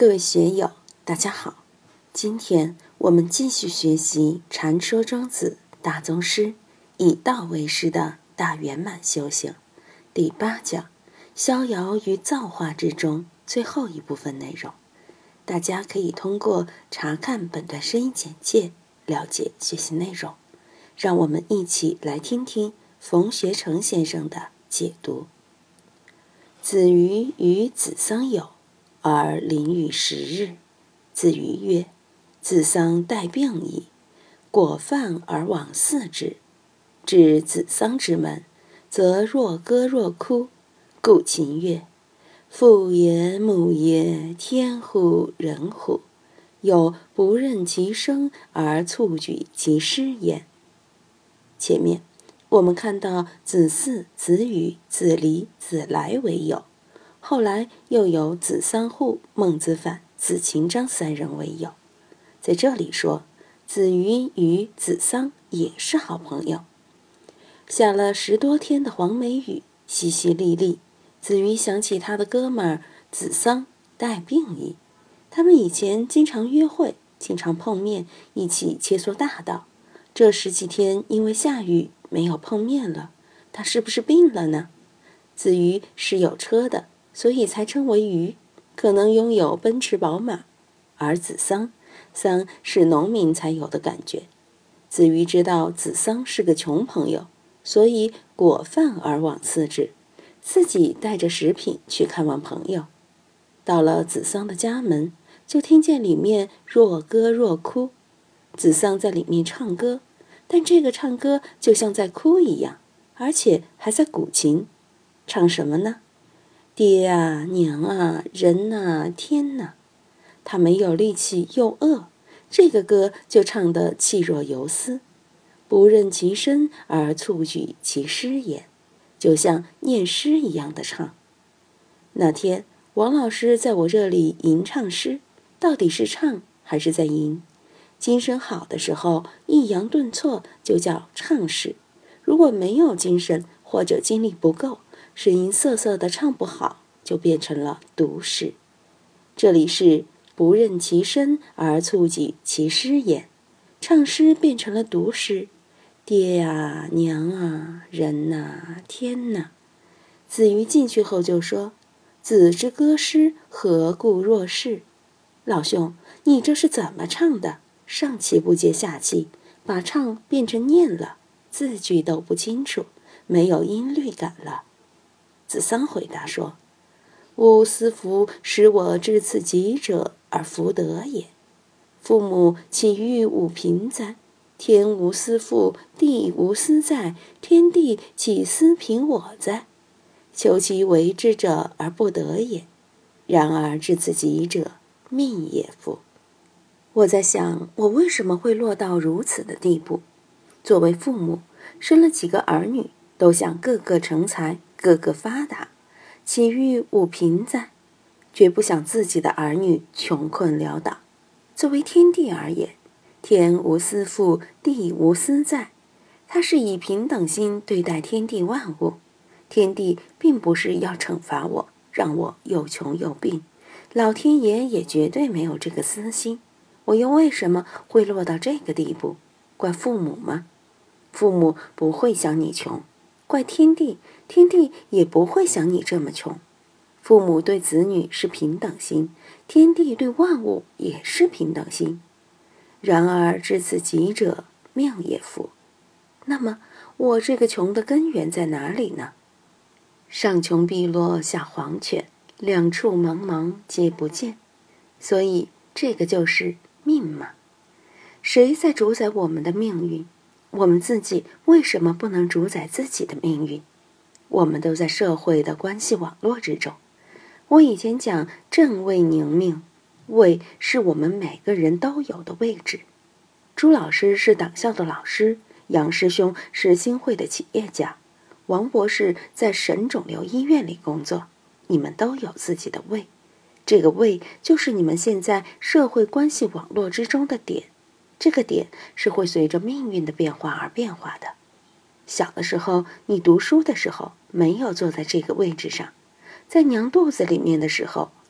各位学友，大家好。今天我们继续学习《禅说庄子》大宗师以道为师的大圆满修行第8讲，逍遥于造化之中，最后一部分内容。大家可以通过查看本段声音简介了解学习内容。让我们一起来听听冯学成先生的解读。子瑜与子桑有，而邻于10日。子瑜曰：子桑待病矣，果饭而往祀之。至子桑之门，则若歌若哭。故秦曰：父也，母也，天乎人乎？有不任其生而促举其师焉。前面我们看到子嗣、子羽、子离、子来为友，后来又有子桑户、孟子反、子秦章3人为友。在这里说，子瑜与子桑也是好朋友。下了10多天的黄梅雨，淅淅沥沥，子瑜想起他的哥们儿子桑待病矣。他们以前经常约会，经常碰面，一起切磋大道。这10几天因为下雨没有碰面了，他是不是病了呢？子瑜是有车的，所以才称为瑜，可能拥有奔驰宝马。而子桑是农民才有的感觉。子瑜知道子桑是个穷朋友，所以果饭而往祀之，自己带着食品去看望朋友。到了子桑的家门，就听见里面若歌若哭。子桑在里面唱歌，但这个唱歌就像在哭一样，而且还在鼓琴。唱什么呢？爹啊，娘啊，人啊，天啊。他没有力气又饿，这个歌就唱得气若游丝。不任其身而促举其师焉，就像念诗一样的唱。那天王老师在我这里吟唱诗，到底是唱还是在吟？精神好的时候，抑扬顿挫就叫唱诗；如果没有精神或者精力不够，声音涩涩的唱不好，就变成了读诗。这里是不任其身而促举其师焉，唱诗变成了读诗。爹啊，娘啊，人啊，天啊。子瑜进去后就说：子之歌诗，何故若是？老兄，你这是怎么唱的？上气不接下气，把唱变成念了，字句都不清楚，没有音律感了。子桑回答说：吾思夫使我至此极者而福德也。父母岂欲吾贫哉？天无私父，地无私在，天地岂私贫我哉？求其为之者而不得也。然而至此极者，命也夫。我在想，我为什么会落到如此的地步？作为父母，生了几个儿女，都想个个成才，个个发达，岂欲吾贫哉？绝不想自己的儿女穷困潦倒。作为天地而言，天无私父，地无私在，他是以平等心对待天地万物。天地并不是要惩罚我，让我又穷又病，老天爷也绝对没有这个私心。我又为什么会落到这个地步？怪父母吗？父母不会想你穷。怪天地，天地也不会想你这么穷。父母对子女是平等心，天地对万物也是平等心。然而至此极者，命也夫。那么我这个穷的根源在哪里呢？上穷碧落下黄泉，两处茫茫皆不见。所以这个就是命嘛。谁在主宰我们的命运？我们自己为什么不能主宰自己的命运？我们都在社会的关系网络之中。我以前讲正位凝命，位是我们每个人都有的位置。朱老师是党校的老师，杨师兄是新会的企业家，王博士在省肿瘤医院里工作。你们都有自己的位，这个位就是你们现在社会关系网络之中的点。这个点是会随着命运的变化而变化的。小的时候，你读书的时候没有坐在这个位置上，在娘肚子里面的时候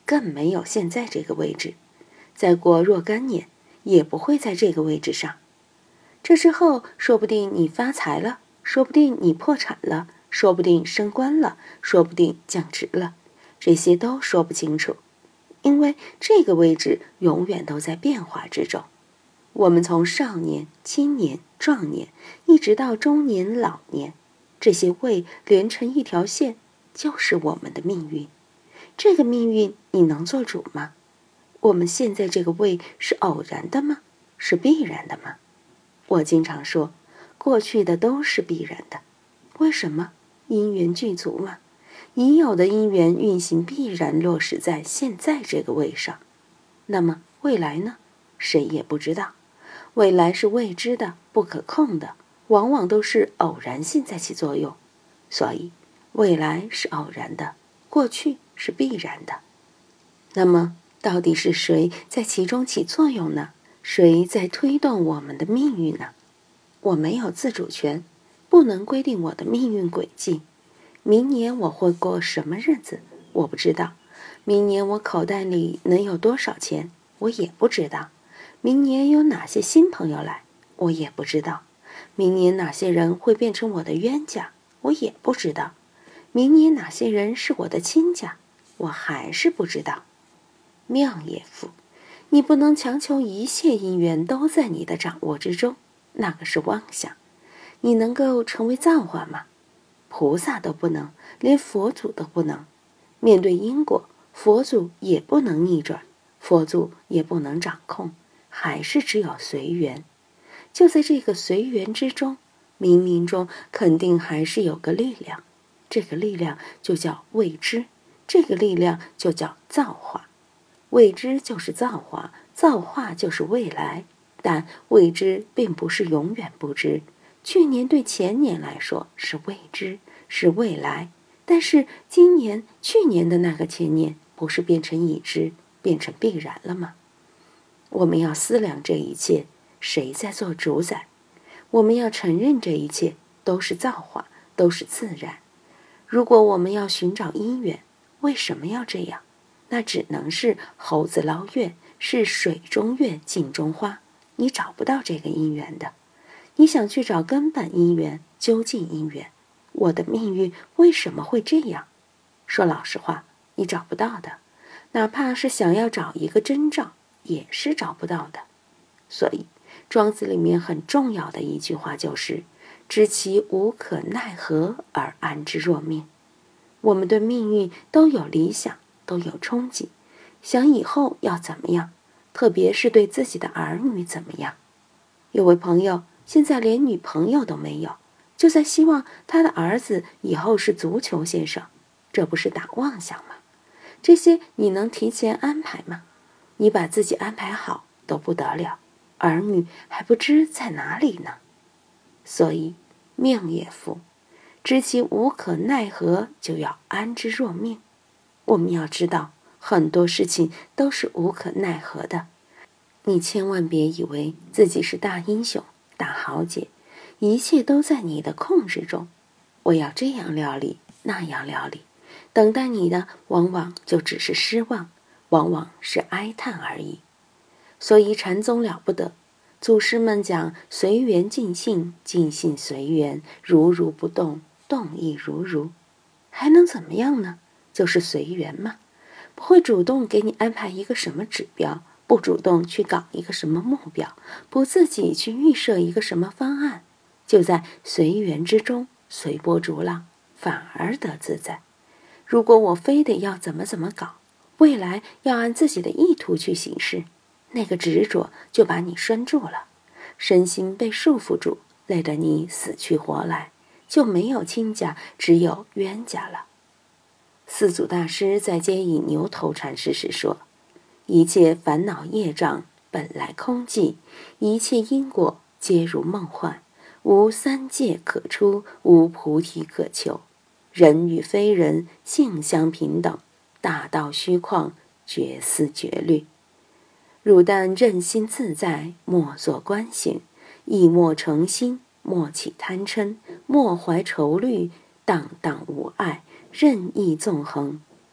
更没有现在这个位置，再过若干年也不会在这个位置上。这之后，说不定你发财了，说不定你破产了，说不定升官了，说不定降职了，这些都说不清楚，因为这个位置永远都在变化之中。我们从少年、青年、壮年，一直到中年、老年，这些位连成一条线，就是我们的命运。这个命运你能做主吗？我们现在这个位是偶然的吗？是必然的吗？我经常说，过去的都是必然的。为什么？因缘具足嘛。已有的因缘运行必然落实在现在这个位上。那么未来呢？谁也不知道。未来是未知的、不可控的，往往都是偶然性在起作用。所以，未来是偶然的，过去是必然的。那么，到底是谁在其中起作用呢？谁在推动我们的命运呢？我没有自主权，不能规定我的命运轨迹。明年我会过什么日子，我不知道。明年我口袋里能有多少钱，我也不知道。明年有哪些新朋友来，我也不知道。明年哪些人会变成我的冤家，我也不知道。明年哪些人是我的亲家，我还是不知道。妙也夫，你不能强求一切因缘都在你的掌握之中，那个是妄想。你能够成为造化吗？菩萨都不能，连佛祖都不能。面对因果，佛祖也不能逆转，佛祖也不能掌控，还是只有随缘。就在这个随缘之中，冥冥中肯定还是有个力量，这个力量就叫未知，这个力量就叫造化。未知就是造化，造化就是未来，但未知并不是永远不知。去年对前年来说是未知，是未来，但是今年、去年的那个前年，不是变成已知，变成必然了吗？我们要思量这一切，谁在做主宰？我们要承认这一切都是造化，都是自然。如果我们要寻找因缘，为什么要这样？那只能是猴子捞月，是水中月，镜中花。你找不到这个因缘的。你想去找根本因缘，究竟因缘，我的命运为什么会这样？说老实话，你找不到的。哪怕是想要找一个征兆，也是找不到的。所以，庄子里面很重要的一句话就是“知其无可奈何而安之若命”。我们对命运都有理想，都有憧憬，想以后要怎么样，特别是对自己的儿女怎么样。有位朋友现在连女朋友都没有，就在希望他的儿子以后是足球先生，这不是打妄想吗？这些你能提前安排吗？你把自己安排好都不得了，儿女还不知在哪里呢。所以命也夫，知其无可奈何，就要安之若命。我们要知道，很多事情都是无可奈何的。你千万别以为自己是大英雄、大豪杰，一切都在你的控制中。我要这样料理，那样料理，等待你的往往就只是失望，往往是哀叹而已。所以禅宗了不得，祖师们讲随缘尽性，尽性随缘，如如不动，动亦如如。还能怎么样呢？就是随缘嘛，不会主动给你安排一个什么指标，不主动去搞一个什么目标，不自己去预设一个什么方案，就在随缘之中随波逐浪，反而得自在。如果我非得要怎么搞，未来要按自己的意图去行事，那个执着就把你拴住了，身心被束缚住，累得你死去活来，就没有亲家，只有冤家了。四祖大师在接引牛头禅师时说，一切烦恼业障本来空寂，一切因果皆如梦幻，无三界可出，无菩提可求，人与非人性相平等，大道虚旷，绝思绝虑。汝但任心自在，莫作观行，亦莫诚心，莫起贪嗔，莫怀愁虑，荡荡无碍，任意纵横，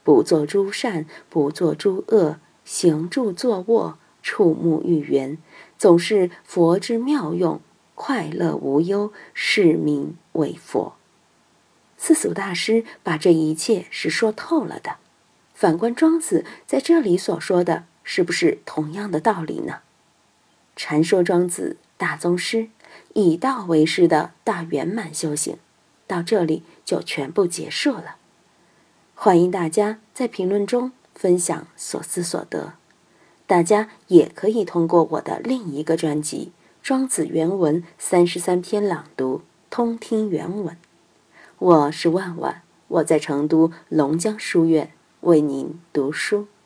不做诸善，不做诸恶，行住坐卧，触目欲缘，总是佛之妙用，快乐无忧，是名为佛。四祖大师把这一切是说透了的。反观庄子在这里所说的，是不是同样的道理呢？禅说庄子大宗师以道为师的大圆满修行，到这里就全部结束了。欢迎大家在评论中分享所思所得。大家也可以通过我的另一个专辑《庄子原文33篇朗读》通听原文。我是万万，我在成都龙江书院为您读书。